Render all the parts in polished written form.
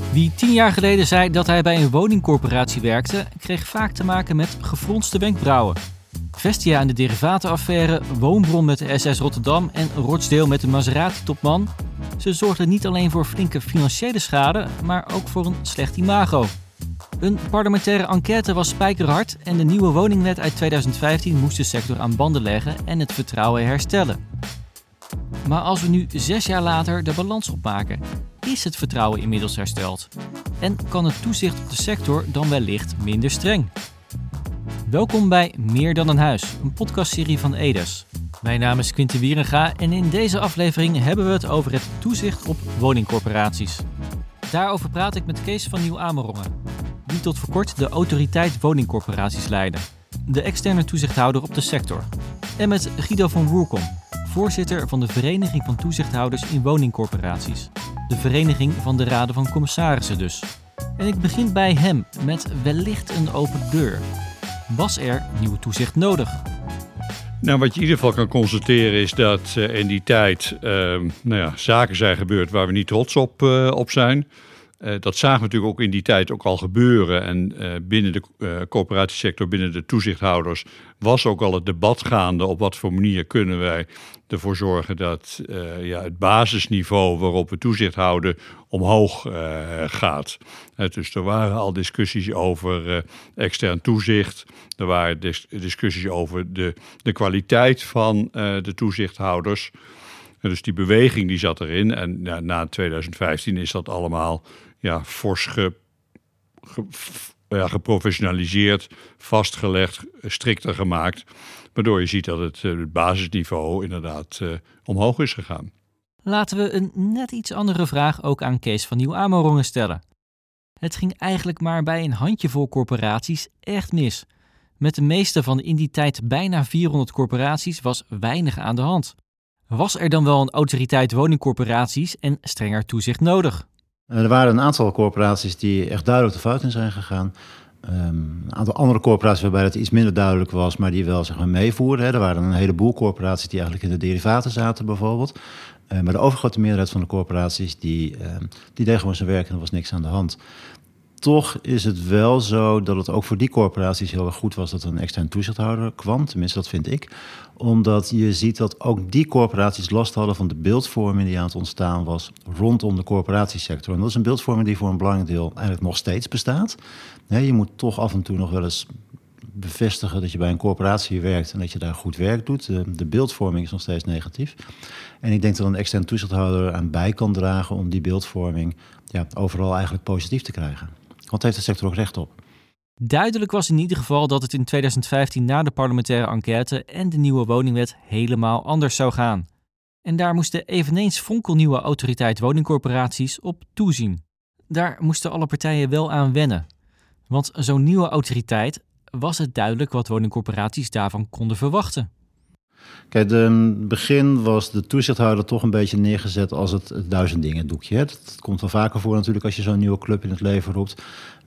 Wie 10 jaar geleden zei dat hij bij een woningcorporatie werkte, kreeg vaak te maken met gefronste wenkbrauwen. Vestia en de derivatenaffaire, Woonbron met de SS Rotterdam en Rochdale met de Maserati-topman. Ze zorgden niet alleen voor flinke financiële schade, maar ook voor een slecht imago. Een parlementaire enquête was spijkerhard en de nieuwe woningwet uit 2015 moest de sector aan banden leggen en het vertrouwen herstellen. Maar als we nu 6 jaar later de balans opmaken, is het vertrouwen inmiddels hersteld? En kan het toezicht op de sector dan wellicht minder streng? Welkom bij Meer dan een huis, een podcastserie van Edes. Mijn naam is Quinten Wierenga en in deze aflevering hebben we het over het toezicht op woningcorporaties. Daarover praat ik met Kees van Nieuw-Amerongen, die tot voor kort de autoriteit woningcorporaties leidde, de externe toezichthouder op de sector. En met Guido van Woerkom, voorzitter van de Vereniging van Toezichthouders in Woningcorporaties. De Vereniging van de Raden van Commissarissen dus. En ik begin bij hem met wellicht een open deur. Was er nieuw toezicht nodig? Nou, wat je in ieder geval kan constateren is dat in die tijd zaken zijn gebeurd waar we niet trots op zijn. Dat zagen we natuurlijk ook in die tijd ook al gebeuren. En binnen de corporatiesector, binnen de toezichthouders, was ook al het debat gaande op wat voor manier kunnen wij ervoor zorgen dat het basisniveau waarop we toezicht houden omhoog gaat. Dus er waren al discussies over extern toezicht. Er waren discussies over de kwaliteit van de toezichthouders. Dus die beweging die zat erin. En na 2015 is dat allemaal fors geprofessionaliseerd, vastgelegd, strikter gemaakt. Waardoor je ziet dat het basisniveau inderdaad omhoog is gegaan. Laten we een net iets andere vraag ook aan Kees van Nieuw-Amerongen stellen. Het ging eigenlijk maar bij een handjevol corporaties echt mis. Met de meeste van in die tijd bijna 400 corporaties was weinig aan de hand. Was er dan wel een autoriteit woningcorporaties en strenger toezicht nodig? Er waren een aantal corporaties die echt duidelijk de fout in zijn gegaan. Een aantal andere corporaties waarbij het iets minder duidelijk was, maar die wel meevoerden. Er waren een heleboel corporaties die eigenlijk in de derivaten zaten bijvoorbeeld. Maar de overgrote meerderheid van de corporaties die deed gewoon zijn werk en er was niks aan de hand. Toch is het wel zo dat het ook voor die corporaties heel erg goed was dat er een extern toezichthouder kwam. Tenminste, dat vind ik. Omdat je ziet dat ook die corporaties last hadden van de beeldvorming die aan het ontstaan was rondom de corporatiesector. En dat is een beeldvorming die voor een belangrijk deel eigenlijk nog steeds bestaat. Je moet toch af en toe nog wel eens bevestigen dat je bij een corporatie werkt en dat je daar goed werk doet. De beeldvorming is nog steeds negatief. En ik denk dat een extern toezichthouder aan bij kan dragen om die beeldvorming overal eigenlijk positief te krijgen. Want heeft de sector ook recht op. Duidelijk was in ieder geval dat het in 2015 na de parlementaire enquête en de nieuwe woningwet helemaal anders zou gaan. En daar moest de eveneens fonkelnieuwe autoriteit woningcorporaties op toezien. Daar moesten alle partijen wel aan wennen. Want zo'n nieuwe autoriteit, was het duidelijk wat woningcorporaties daarvan konden verwachten. Kijk, in het begin was de toezichthouder toch een beetje neergezet als het 1000 dingen doekje. Dat komt wel vaker voor natuurlijk als je zo'n nieuwe club in het leven roept.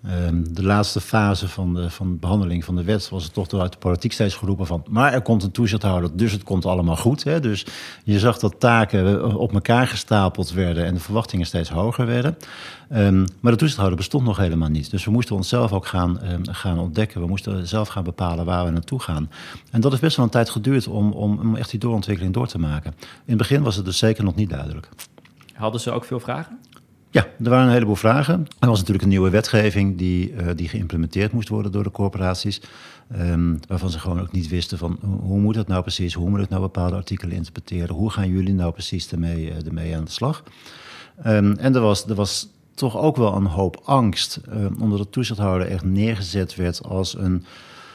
De laatste fase van de behandeling van de wet was het toch door uit de politiek steeds geroepen van, maar er komt een toezichthouder, dus het komt allemaal goed. Dus je zag dat taken op elkaar gestapeld werden en de verwachtingen steeds hoger werden. Maar de toezichthouder bestond nog helemaal niet. Dus we moesten onszelf ook gaan ontdekken. We moesten zelf gaan bepalen waar we naartoe gaan. En dat heeft best wel een tijd geduurd om echt die doorontwikkeling door te maken. In het begin was het dus zeker nog niet duidelijk. Hadden ze ook veel vragen? Ja, er waren een heleboel vragen. Er was natuurlijk een nieuwe wetgeving die geïmplementeerd moest worden door de corporaties. Waarvan ze gewoon ook niet wisten van hoe moet het nou precies? Hoe moet ik nou bepaalde artikelen interpreteren? Hoe gaan jullie nou precies ermee aan de slag? En er was toch ook wel een hoop angst, omdat de toezichthouder echt neergezet werd als een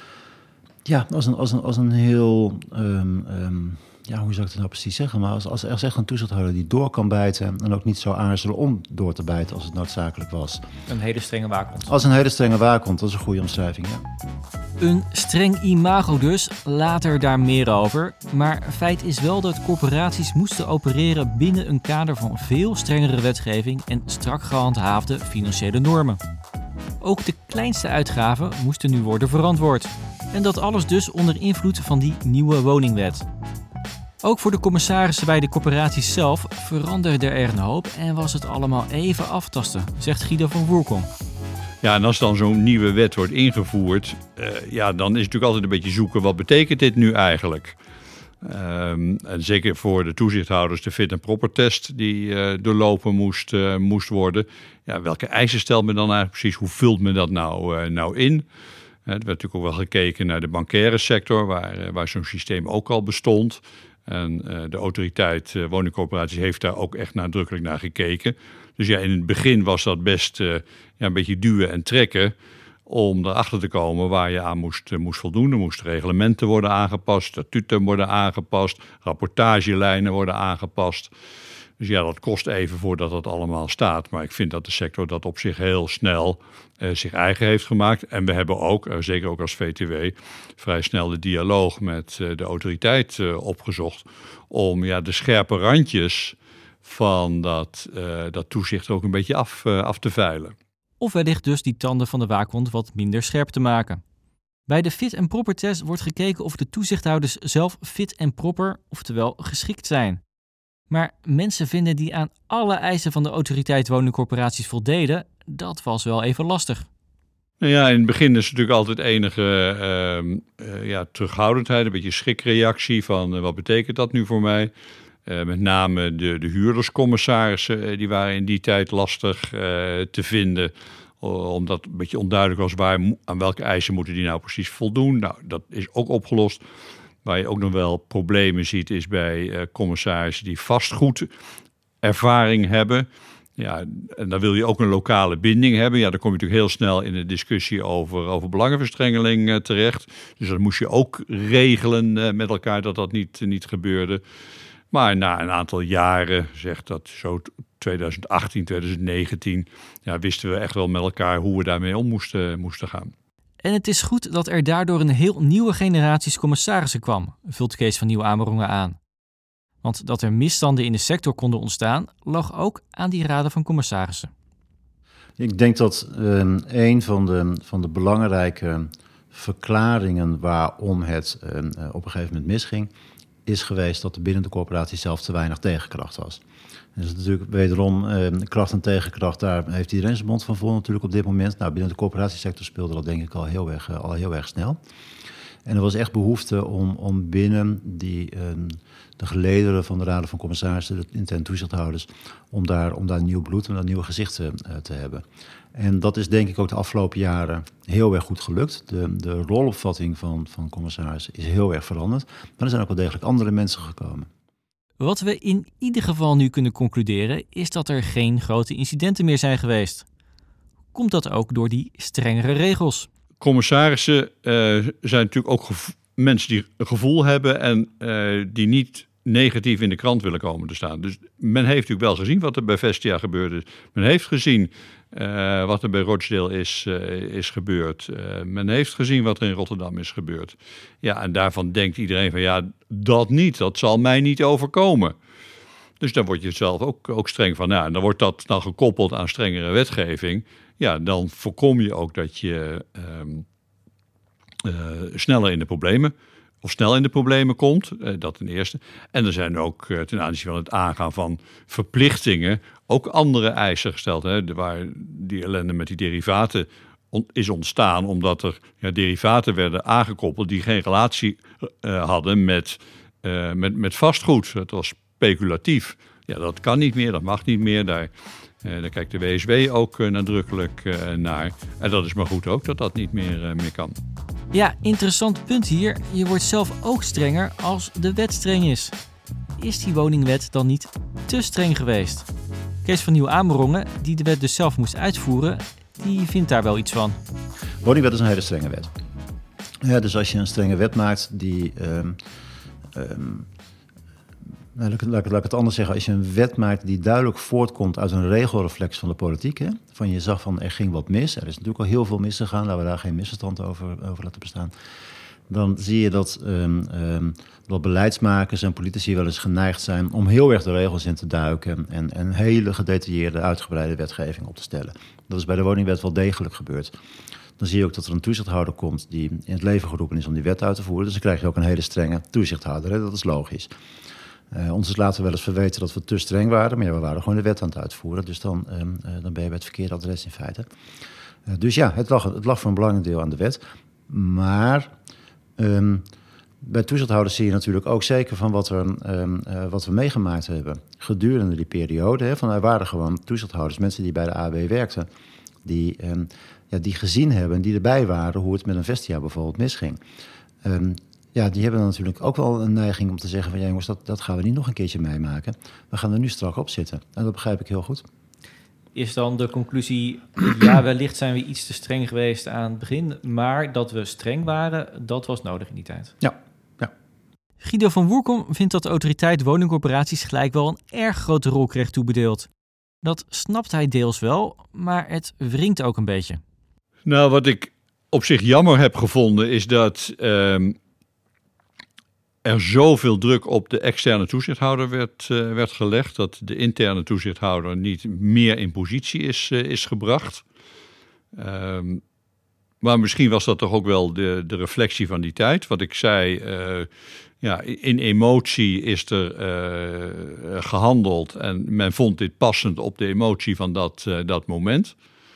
heel, hoe zou ik het nou precies zeggen? Maar als er echt een toezichthouder die door kan bijten en ook niet zou aarzelen om door te bijten als het noodzakelijk was. Een hele strenge waakhond. Als een hele strenge waakhond, dat is een goede omschrijving, ja. Een streng imago dus, later daar meer over. Maar feit is wel dat corporaties moesten opereren binnen een kader van veel strengere wetgeving en strak gehandhaafde financiële normen. Ook de kleinste uitgaven moesten nu worden verantwoord. En dat alles dus onder invloed van die nieuwe woningwet. Ook voor de commissarissen bij de corporaties zelf veranderde er een hoop en was het allemaal even aftasten, zegt Guido van Woerkom. Ja, en als dan zo'n nieuwe wet wordt ingevoerd, dan is het natuurlijk altijd een beetje zoeken, wat betekent dit nu eigenlijk? En zeker voor de toezichthouders de fit en proper test die doorlopen moest worden. Ja, welke eisen stelt men dan eigenlijk precies? Hoe vult men dat nou in? Er werd natuurlijk ook wel gekeken naar de bancaire sector, waar zo'n systeem ook al bestond. En de autoriteit woningcorporaties heeft daar ook echt nadrukkelijk naar gekeken. Dus ja, in het begin was dat best een beetje duwen en trekken om erachter te komen waar je aan moest voldoen. Er moesten reglementen worden aangepast, statuten worden aangepast, rapportagelijnen worden aangepast. Dus ja, dat kost even voordat dat allemaal staat. Maar ik vind dat de sector dat op zich heel snel zich eigen heeft gemaakt. En we hebben ook, zeker ook als VTW, vrij snel de dialoog met de autoriteit opgezocht om de scherpe randjes van dat toezicht ook een beetje af te veilen. Of wellicht dus die tanden van de waakhond wat minder scherp te maken. Bij de fit en proper test wordt gekeken of de toezichthouders zelf fit en proper, oftewel geschikt zijn. Maar mensen vinden die aan alle eisen van de autoriteit woningcorporaties voldeden, dat was wel even lastig. Nou ja, in het begin is natuurlijk altijd enige terughoudendheid, een beetje schrikreactie van wat betekent dat nu voor mij? Met name de huurderscommissarissen, die waren in die tijd lastig te vinden. Omdat het een beetje onduidelijk was aan welke eisen moeten die nou precies voldoen. Nou, dat is ook opgelost. Waar je ook nog wel problemen ziet is bij commissarissen die vastgoedervaring hebben. Ja, en dan wil je ook een lokale binding hebben. Ja, dan kom je natuurlijk heel snel in een discussie over belangenverstrengeling terecht. Dus dat moest je ook regelen met elkaar dat niet gebeurde. Maar na een aantal jaren, zegt dat zo 2018, 2019... wisten we echt wel met elkaar hoe we daarmee om moesten gaan. En het is goed dat er daardoor een heel nieuwe generaties commissarissen kwam, vult Kees van Nieuw Amerongen aan. Want dat er misstanden in de sector konden ontstaan, lag ook aan die raden van commissarissen. Ik denk dat een van de belangrijke verklaringen waarom het op een gegeven moment misging, is geweest dat er binnen de corporatie zelf te weinig tegenkracht was. En dat is natuurlijk wederom kracht en tegenkracht, daar heeft iedereen zijn mond van vol natuurlijk op dit moment. Nou, binnen de corporatiesector speelde dat denk ik al heel erg snel. En er was echt behoefte om binnen de gelederen van de raden van commissarissen, de interne toezichthouders, om daar nieuw bloed en dat nieuwe gezicht te hebben. En dat is denk ik ook de afgelopen jaren heel erg goed gelukt. De rolopvatting van commissarissen is heel erg veranderd. Maar er zijn ook wel degelijk andere mensen gekomen. Wat we in ieder geval nu kunnen concluderen is dat er geen grote incidenten meer zijn geweest. Komt dat ook door die strengere regels? Commissarissen zijn natuurlijk ook mensen die een gevoel hebben en die niet negatief in de krant willen komen te staan. Dus men heeft natuurlijk wel gezien wat er bij Vestia gebeurde. Men heeft gezien wat er bij Rochdale is gebeurd. Men heeft gezien wat er in Rotterdam is gebeurd. Ja, en daarvan denkt iedereen van dat zal mij niet overkomen. Dus dan word je zelf ook streng van. En dan wordt dat dan gekoppeld aan strengere wetgeving. Ja, dan voorkom je ook dat je snel in de problemen komt. Dat ten eerste. En er zijn ook ten aanzien van het aangaan van verplichtingen ook andere eisen gesteld. Waar die ellende met die derivaten is ontstaan omdat er derivaten werden aangekoppeld die geen relatie hadden met vastgoed. Het was speculatief. Ja, dat kan niet meer, dat mag niet meer. Daar kijkt de WSW ook nadrukkelijk naar. En dat is maar goed ook dat niet meer kan. Ja, interessant punt hier. Je wordt zelf ook strenger als de wet streng is. Is die woningwet dan niet te streng geweest? Kees van Nieuw Amerongen, die de wet dus zelf moest uitvoeren, die vindt daar wel iets van. Woningwet is een hele strenge wet. Ja, dus als je een strenge wet maakt die... Laat ik het anders zeggen. Als je een wet maakt die duidelijk voortkomt uit een regelreflex van de politiek. Van je zag van er ging wat mis. Er is natuurlijk al heel veel misgegaan. Laten we daar geen misverstand over laten bestaan. Dan zie je dat beleidsmakers en politici wel eens geneigd zijn om heel erg de regels in te duiken. En hele gedetailleerde, uitgebreide wetgeving op te stellen. Dat is bij de woningwet wel degelijk gebeurd. Dan zie je ook dat er een toezichthouder komt die in het leven geroepen is om die wet uit te voeren. Dus dan krijg je ook een hele strenge toezichthouder. Dat is logisch. Ons is later wel eens verweten dat we te streng waren. Maar ja, we waren gewoon de wet aan het uitvoeren. Dus dan ben je bij het verkeerde adres in feite. Dus ja, het lag voor een belangrijk deel aan de wet. Maar bij toezichthouders zie je natuurlijk ook zeker van wat we meegemaakt hebben gedurende die periode. Er waren gewoon toezichthouders, mensen die bij de AB werkten, die gezien hebben, die erbij waren hoe het met een Vestia bijvoorbeeld misging. Die hebben dan natuurlijk ook wel een neiging om te zeggen van ja jongens, dat gaan we niet nog een keertje meemaken. We gaan er nu strak op zitten. En dat begrijp ik heel goed. Is dan de conclusie, ja, wellicht zijn we iets te streng geweest aan het begin, maar dat we streng waren, dat was nodig in die tijd. Ja. Guido van Woerkom vindt dat de autoriteit woningcorporaties gelijk wel een erg grote rol kreeg toebedeeld. Dat snapt hij deels wel, maar het wringt ook een beetje. Nou, wat ik op zich jammer heb gevonden is dat er zoveel druk op de externe toezichthouder werd gelegd, dat de interne toezichthouder niet meer in positie is gebracht. Maar misschien was dat toch ook wel de reflectie van die tijd. Wat ik zei, in emotie is er gehandeld en men vond dit passend op de emotie van dat moment.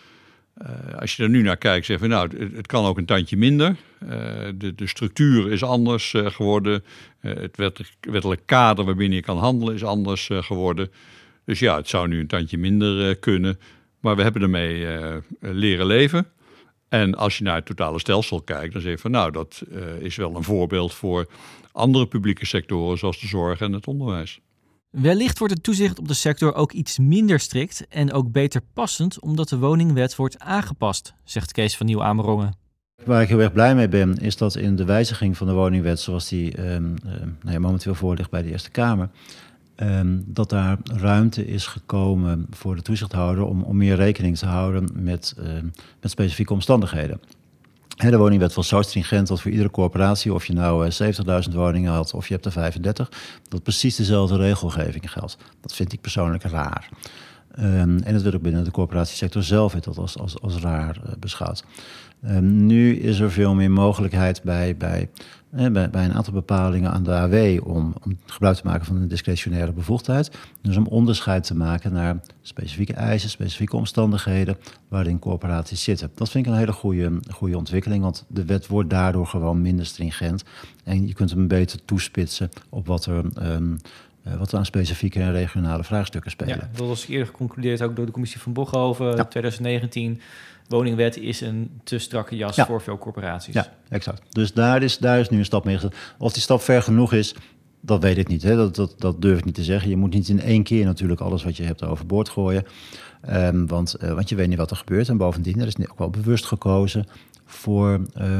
Als je er nu naar kijkt, zeg je het kan ook een tandje minder. De structuur is anders geworden. Het wettelijk kader waarbinnen je kan handelen is anders geworden. Dus ja, het zou nu een tandje minder kunnen. Maar we hebben ermee leren leven. En als je naar het totale stelsel kijkt, dan zeg je van dat is wel een voorbeeld voor andere publieke sectoren zoals de zorg en het onderwijs. Wellicht wordt het toezicht op de sector ook iets minder strikt en ook beter passend omdat de woningwet wordt aangepast, zegt Kees van Nieuw-Amerongen. Waar ik heel erg blij mee ben, is dat in de wijziging van de woningwet, zoals die momenteel voor ligt bij de Eerste Kamer, dat daar ruimte is gekomen voor de toezichthouder om meer rekening te houden met specifieke omstandigheden. De woningwet was zo stringent dat voor iedere corporatie, of je nou 70.000 woningen had of je hebt er 35, dat precies dezelfde regelgeving geldt. Dat vind ik persoonlijk raar. En het wordt ook binnen de corporatiesector zelf dat als raar beschouwd. Nu is er veel meer mogelijkheid bij een aantal bepalingen aan de AW om gebruik te maken van een discretionaire bevoegdheid. Dus om onderscheid te maken naar specifieke eisen, specifieke omstandigheden waarin corporaties zitten. Dat vind ik een hele goede ontwikkeling, want de wet wordt daardoor gewoon minder stringent. En je kunt hem beter toespitsen op wat er aan specifieke en regionale vraagstukken spelen. Ja, dat was eerder geconcludeerd ook door de commissie van Bochhoven 2019. Woningwet is een te strakke jas voor veel corporaties. Ja, exact. Dus daar is nu een stap mee gezet. Of die stap ver genoeg is, dat weet ik niet. Hè. Dat durf ik niet te zeggen. Je moet niet in één keer natuurlijk alles wat je hebt overboord gooien. Want je weet niet wat er gebeurt. En bovendien, er is ook wel bewust gekozen voor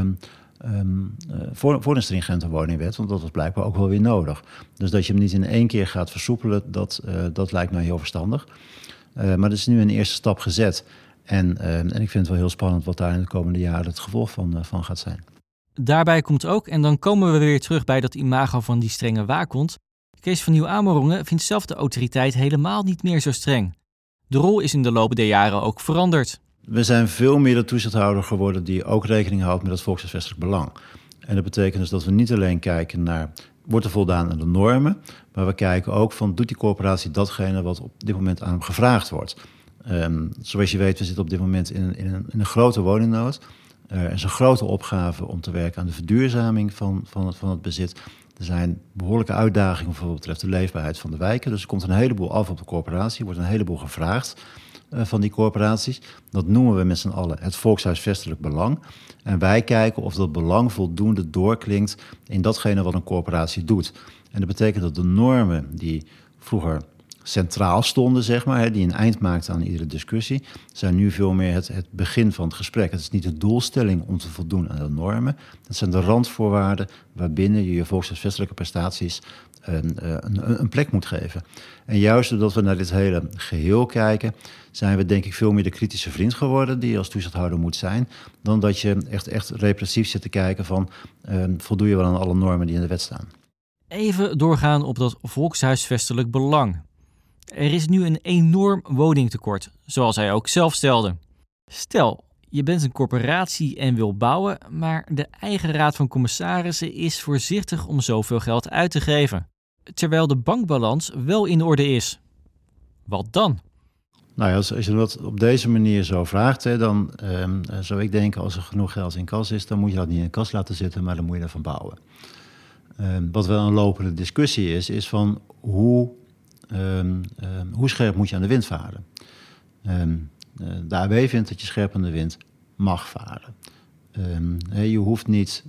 een stringente woningwet. Want dat was blijkbaar ook wel weer nodig. Dus dat je hem niet in één keer gaat versoepelen, dat lijkt mij heel verstandig. Maar er is nu een eerste stap gezet. En ik vind het wel heel spannend wat daar in de komende jaren het gevolg van gaat zijn. Daarbij komt ook, en dan komen we weer terug bij dat imago van die strenge waakhond. Kees van Nieuw-Amerongen vindt zelf de autoriteit helemaal niet meer zo streng. De rol is in de loop der jaren ook veranderd. We zijn veel meer de toezichthouder geworden die ook rekening houdt met het volkshuisvestelijk belang. En dat betekent dus dat we niet alleen kijken naar, wordt er voldaan aan de normen, maar we kijken ook van, doet die corporatie datgene wat op dit moment aan hem gevraagd wordt. Zoals je weet, we zitten op dit moment in een grote woningnood. Er is een grote opgave om te werken aan de verduurzaming van het bezit. Er zijn behoorlijke uitdagingen voor wat betreft de leefbaarheid van de wijken. Dus er komt een heleboel af op de corporatie, er wordt een heleboel gevraagd van die corporaties. Dat noemen we met z'n allen het volkshuisvestelijk belang. En wij kijken of dat belang voldoende doorklinkt in datgene wat een corporatie doet. En dat betekent dat de normen die vroeger centraal stonden, zeg maar, die een eind maakten aan iedere discussie, zijn nu veel meer het begin van het gesprek. Het is niet de doelstelling om te voldoen aan de normen. Het zijn de randvoorwaarden waarbinnen je volkshuisvestelijke prestaties een plek moet geven. En juist doordat we naar dit hele geheel kijken, zijn we denk ik veel meer de kritische vriend geworden die je als toezichthouder moet zijn, dan dat je echt repressief zit te kijken van voldoe je wel aan alle normen die in de wet staan. Even doorgaan op dat volkshuisvestelijk belang. Er is nu een enorm woningtekort, zoals hij ook zelf stelde. Stel, je bent een corporatie en wil bouwen, maar de eigen raad van commissarissen is voorzichtig om zoveel geld uit te geven. terwijl de bankbalans wel in orde is. Wat dan? Nou ja, als je dat op deze manier zo vraagt, dan zou ik denken, als er genoeg geld in kas is, dan moet je dat niet in de kas laten zitten, maar dan moet je ervan bouwen. Wat wel een lopende discussie is van hoe scherp moet je aan de wind varen. De AB vindt dat je scherp aan de wind mag varen. Je hoeft niet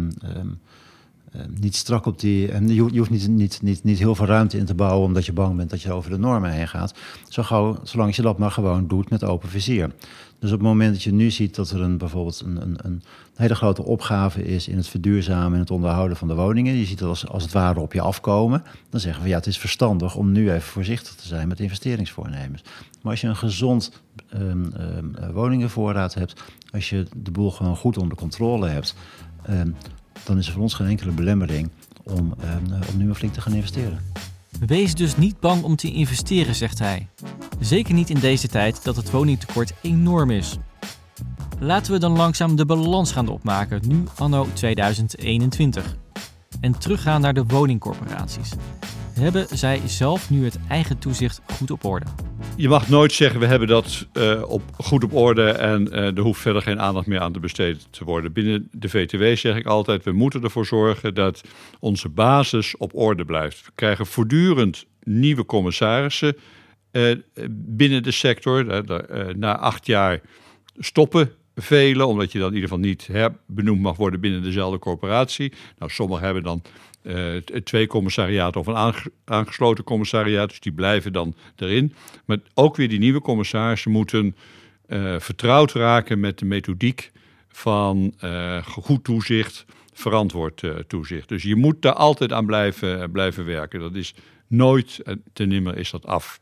strak op die... En je hoeft niet heel veel ruimte in te bouwen omdat je bang bent dat je over de normen heen gaat. Zolang je dat maar gewoon doet met open vizier. Dus op het moment dat je nu ziet dat er bijvoorbeeld een hele grote opgave is in het verduurzamen en het onderhouden van de woningen. Je ziet dat als het ware op je afkomen. Dan zeggen we het is verstandig om nu even voorzichtig te zijn met investeringsvoornemens. Maar als je een gezond woningenvoorraad hebt, als je de boel gewoon goed onder controle hebt, dan is er voor ons geen enkele belemmering om nu maar flink te gaan investeren. Wees dus niet bang om te investeren, zegt hij. Zeker niet in deze tijd dat het woningtekort enorm is. Laten we dan langzaam de balans gaan opmaken, nu anno 2021. En teruggaan naar de woningcorporaties. Hebben zij zelf nu het eigen toezicht goed op orde? Je mag nooit zeggen, we hebben dat goed op orde en er hoeft verder geen aandacht meer aan te besteden te worden. Binnen de VTW zeg ik altijd, we moeten ervoor zorgen dat onze basis op orde blijft. We krijgen voortdurend nieuwe commissarissen binnen de sector. Na 8 jaar stoppen velen, omdat je dan in ieder geval niet herbenoemd mag worden binnen dezelfde corporatie. Nou, sommigen hebben dan 2 commissariaten of een aangesloten commissariaat, dus die blijven dan erin. Maar ook weer die nieuwe commissarissen moeten vertrouwd raken met de methodiek van goed toezicht, verantwoord toezicht. Dus je moet daar altijd aan blijven werken. Dat is nooit, ten nimmer is dat af.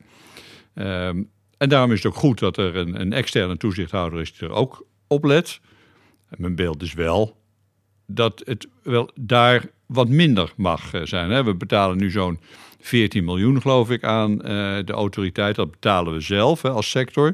En daarom is het ook goed dat er een externe toezichthouder is die er ook op let. En mijn beeld is wel dat het wel daar wat minder mag zijn. We betalen nu zo'n 14 miljoen, geloof ik, aan de autoriteit. Dat betalen we zelf als sector.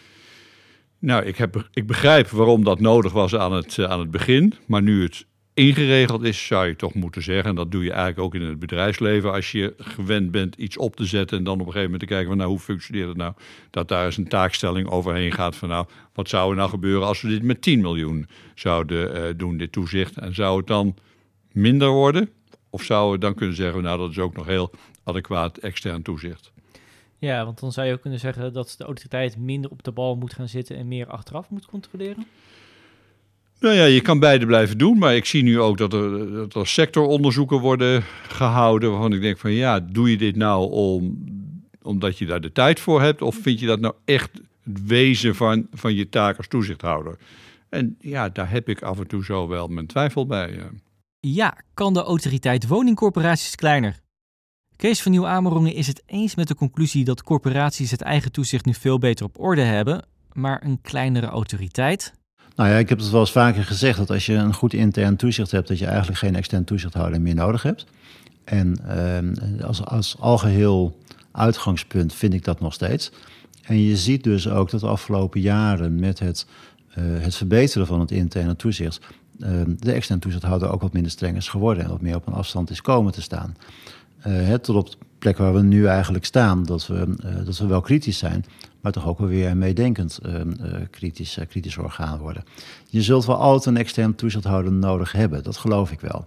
Nou, ik begrijp waarom dat nodig was aan het begin. Maar nu het ingeregeld is, zou je toch moeten zeggen, en dat doe je eigenlijk ook in het bedrijfsleven, als je gewend bent iets op te zetten en dan op een gegeven moment te kijken van nou, hoe functioneert het nou, dat daar eens een taakstelling overheen gaat van nou, wat zou er nou gebeuren als we dit met 10 miljoen zouden doen, dit toezicht, en zou het dan minder worden? Of zou het dan kunnen zeggen, nou, dat is ook nog heel adequaat extern toezicht? Ja, want dan zou je ook kunnen zeggen dat de autoriteit minder op de bal moet gaan zitten en meer achteraf moet controleren. Nou ja, je kan beide blijven doen, maar ik zie nu ook dat er sectoronderzoeken worden gehouden waarvan ik denk van ja, doe je dit nou omdat je daar de tijd voor hebt, of vind je dat nou echt het wezen van je taak als toezichthouder? En ja, daar heb ik af en toe zo wel mijn twijfel bij. Ja, kan de autoriteit woningcorporaties kleiner? Kees van Nieuw-Amerongen is het eens met de conclusie dat corporaties het eigen toezicht nu veel beter op orde hebben, maar een kleinere autoriteit? Nou ja, ik heb het wel eens vaker gezegd dat als je een goed intern toezicht hebt, dat je eigenlijk geen extern toezichthouder meer nodig hebt. En als algeheel uitgangspunt vind ik dat nog steeds. En je ziet dus ook dat de afgelopen jaren met het verbeteren van het interne toezicht, de extern toezichthouder ook wat minder streng is geworden en wat meer op een afstand is komen te staan. Tot op de plek waar we nu eigenlijk staan, dat we wel kritisch zijn, maar toch ook wel weer een meedenkend kritisch orgaan worden. Je zult wel altijd een extern toezichthouder nodig hebben, dat geloof ik wel.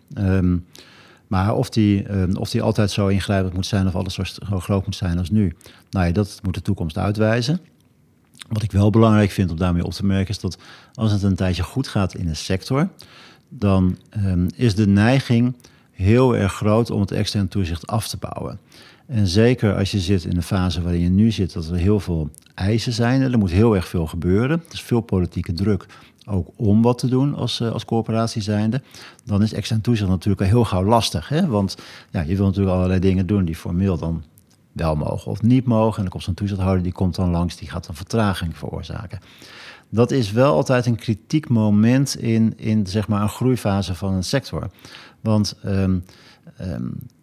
Maar of die altijd zo ingrijpend moet zijn of alles zo groot moet zijn als nu, nou ja, dat moet de toekomst uitwijzen. Wat ik wel belangrijk vind om daarmee op te merken is dat als het een tijdje goed gaat in een sector, dan is de neiging heel erg groot om het extern toezicht af te bouwen. En zeker als je zit in de fase waarin je nu zit, dat er heel veel eisen zijn. Er moet heel erg veel gebeuren. Er is veel politieke druk ook om wat te doen als corporatie zijnde. Dan is extern toezicht natuurlijk al heel gauw lastig. Hè? Want ja, je wil natuurlijk allerlei dingen doen die formeel dan wel mogen of niet mogen. En dan komt zo'n toezichthouder, die komt dan langs, die gaat een vertraging veroorzaken. Dat is wel altijd een kritiek moment in zeg maar een groeifase van een sector. Want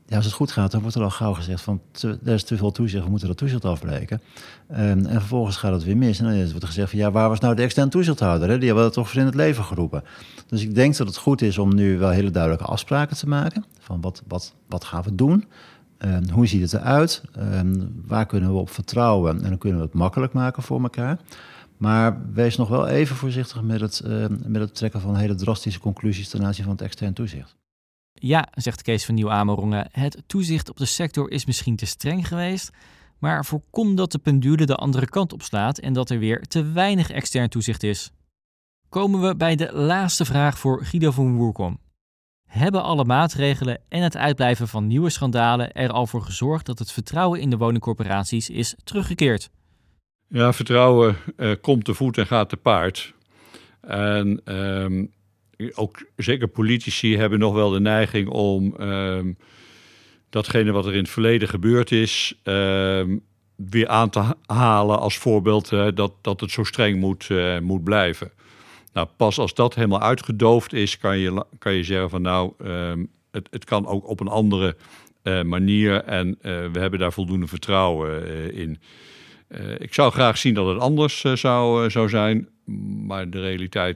als het goed gaat, dan wordt er al gauw gezegd van er is te veel toezicht, we moeten dat toezicht afbreken. En vervolgens gaat het weer mis. En dan wordt er gezegd van waar was nou de externe toezichthouder? Hè? Die hebben dat toch voor in het leven geroepen. Dus ik denk dat het goed is om nu wel hele duidelijke afspraken te maken. Van wat gaan we doen? Hoe ziet het eruit? Waar kunnen we op vertrouwen? En dan kunnen we het makkelijk maken voor elkaar. Maar wees nog wel even voorzichtig met het trekken van hele drastische conclusies ten aanzien van het extern toezicht. Ja, zegt Kees van Nieuw-Amerongen, het toezicht op de sector is misschien te streng geweest, maar voorkom dat de pendule de andere kant op slaat en dat er weer te weinig extern toezicht is. Komen we bij de laatste vraag voor Guido van Woerkom. Hebben alle maatregelen en het uitblijven van nieuwe schandalen er al voor gezorgd dat het vertrouwen in de woningcorporaties is teruggekeerd? Ja, vertrouwen komt te voet en gaat te paard. En ook zeker politici hebben nog wel de neiging om datgene wat er in het verleden gebeurd is weer aan te halen als voorbeeld dat het zo streng moet blijven. Nou, pas als dat helemaal uitgedoofd is, kan je zeggen van het kan ook op een andere manier en we hebben daar voldoende vertrouwen in. Ik zou graag zien dat het anders zou zijn, maar de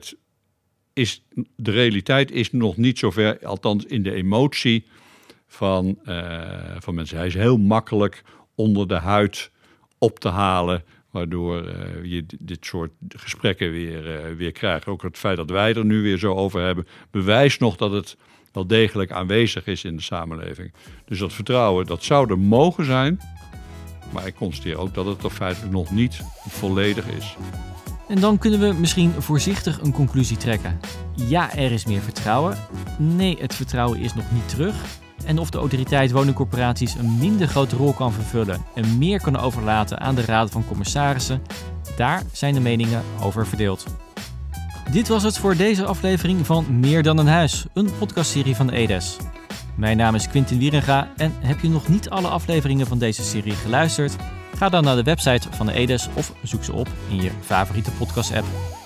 realiteit is nog niet zover, althans in de emotie van mensen. Hij is heel makkelijk onder de huid op te halen, waardoor je dit soort gesprekken weer krijgt. Ook het feit dat wij er nu weer zo over hebben, bewijst nog dat het wel degelijk aanwezig is in de samenleving. Dus dat vertrouwen, dat zou er mogen zijn, maar ik constateer ook dat het toch feitelijk nog niet volledig is. En dan kunnen we misschien voorzichtig een conclusie trekken. Ja, er is meer vertrouwen. Nee, het vertrouwen is nog niet terug. En of de autoriteit woningcorporaties een minder grote rol kan vervullen en meer kan overlaten aan de raad van commissarissen, daar zijn de meningen over verdeeld. Dit was het voor deze aflevering van Meer dan een huis, een podcastserie van de Edes. Mijn naam is Quintin Wierenga en heb je nog niet alle afleveringen van deze serie geluisterd? Ga dan naar de website van de Edes of zoek ze op in je favoriete podcast-app.